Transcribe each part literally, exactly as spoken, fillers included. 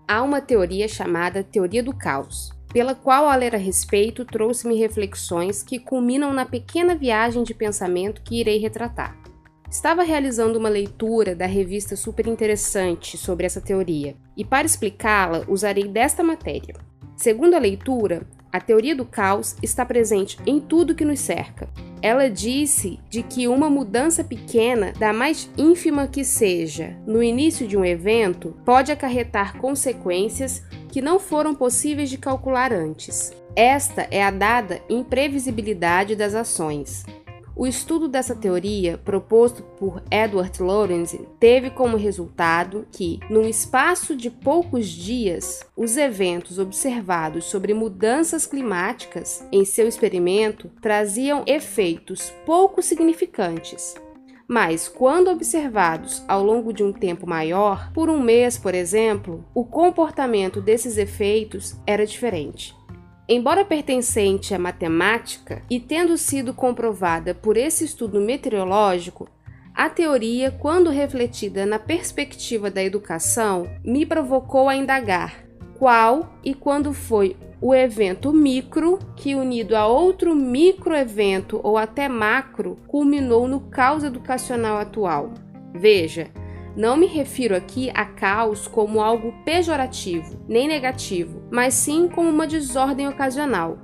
Há uma teoria chamada Teoria do Caos, pela qual, ao ler a respeito, trouxe-me reflexões que culminam na pequena viagem de pensamento que irei retratar. Estava realizando uma leitura da revista super interessante sobre essa teoria, e para explicá-la usarei desta matéria. Segundo a leitura, a teoria do caos está presente em tudo que nos cerca. Ela disse de que uma mudança pequena, da mais ínfima que seja, no início de um evento, pode acarretar consequências que não foram possíveis de calcular antes. Esta é a dada imprevisibilidade das ações. O estudo dessa teoria, proposto por Edward Lorenz, teve como resultado que, num espaço de poucos dias, os eventos observados sobre mudanças climáticas em seu experimento traziam efeitos pouco significantes. Mas, quando observados ao longo de um tempo maior, por um mês, por exemplo, o comportamento desses efeitos era diferente. Embora pertencente à matemática e tendo sido comprovada por esse estudo meteorológico, a teoria, quando refletida na perspectiva da educação, me provocou a indagar qual e quando foi o evento micro que, unido a outro microevento ou até macro, culminou no caos educacional atual. Veja, não me refiro aqui a caos como algo pejorativo, nem negativo, mas sim como uma desordem ocasional.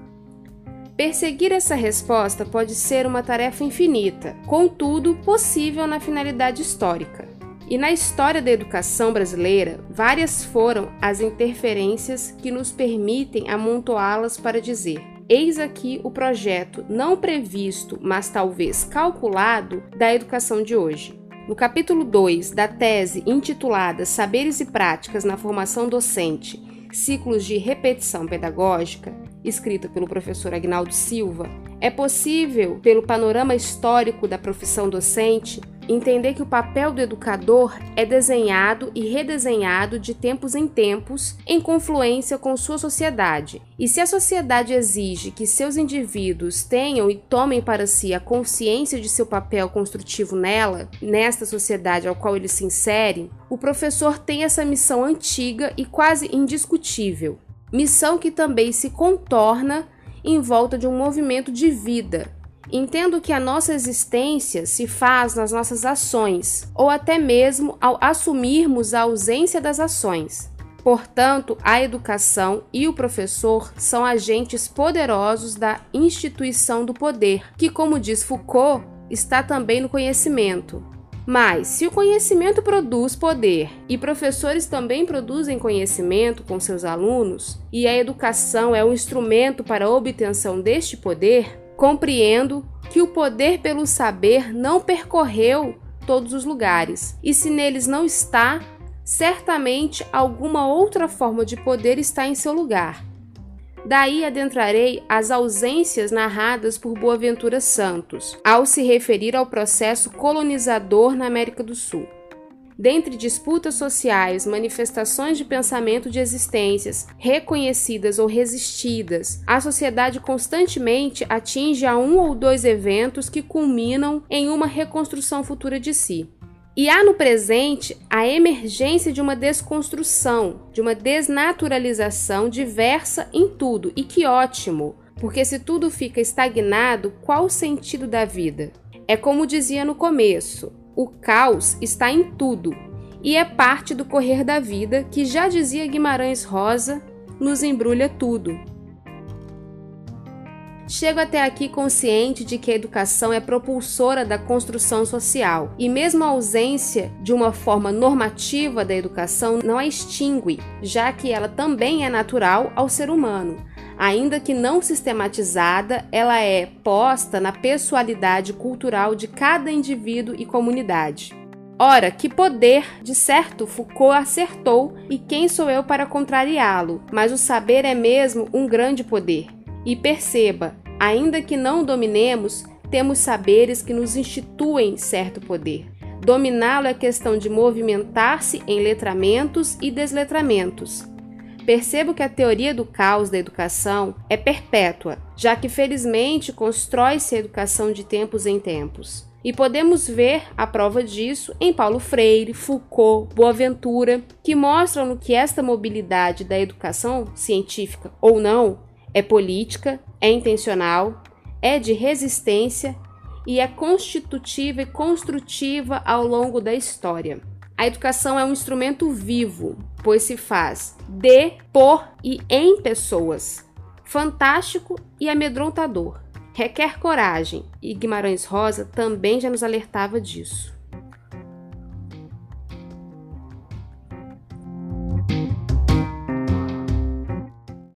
Perseguir essa resposta pode ser uma tarefa infinita, contudo possível na finalidade histórica. E na história da educação brasileira, várias foram as interferências que nos permitem amontoá-las para dizer: eis aqui o projeto não previsto, mas talvez calculado, da educação de hoje. No capítulo dois da tese intitulada Saberes e Práticas na Formação Docente, Ciclos de Repetição Pedagógica, escrita pelo professor Agnaldo Silva, é possível, pelo panorama histórico da profissão docente, entender que o papel do educador é desenhado e redesenhado de tempos em tempos em confluência com sua sociedade. E se a sociedade exige que seus indivíduos tenham e tomem para si a consciência de seu papel construtivo nela, nesta sociedade ao qual eles se inserem, o professor tem essa missão antiga e quase indiscutível. Missão que também se contorna em volta de um movimento de vida. Entendo que a nossa existência se faz nas nossas ações, ou até mesmo ao assumirmos a ausência das ações. Portanto, a educação e o professor são agentes poderosos da instituição do poder, que, como diz Foucault, está também no conhecimento. Mas, se o conhecimento produz poder e professores também produzem conhecimento com seus alunos, e a educação é um instrumento para a obtenção deste poder, compreendo que o poder pelo saber não percorreu todos os lugares, e se neles não está, certamente alguma outra forma de poder está em seu lugar. Daí adentrarei as ausências narradas por Boaventura Santos, ao se referir ao processo colonizador na América do Sul. Dentre disputas sociais, manifestações de pensamento de existências reconhecidas ou resistidas, a sociedade constantemente atinge a um ou dois eventos que culminam em uma reconstrução futura de si. E há no presente a emergência de uma desconstrução, de uma desnaturalização diversa em tudo, e que ótimo, porque se tudo fica estagnado, qual o sentido da vida? É como dizia no começo, o caos está em tudo, e é parte do correr da vida que, já dizia Guimarães Rosa, nos embrulha tudo. Chego até aqui consciente de que a educação é propulsora da construção social, e mesmo a ausência de uma forma normativa da educação não a extingue, já que ela também é natural ao ser humano. Ainda que não sistematizada, ela é posta na pessoalidade cultural de cada indivíduo e comunidade. Ora, que poder! De certo, Foucault acertou, e quem sou eu para contrariá-lo? Mas o saber é mesmo um grande poder. E perceba, ainda que não o dominemos, temos saberes que nos instituem certo poder. Dominá-lo é questão de movimentar-se em letramentos e desletramentos. Percebo que a teoria do caos da educação é perpétua, já que felizmente constrói-se a educação de tempos em tempos. E podemos ver a prova disso em Paulo Freire, Foucault, Boaventura, que mostram que esta mobilidade da educação, científica ou não, é política, é intencional, é de resistência e é constitutiva e construtiva ao longo da história. A educação é um instrumento vivo, pois se faz de, por e em pessoas. Fantástico e amedrontador. Requer coragem, e Guimarães Rosa também já nos alertava disso.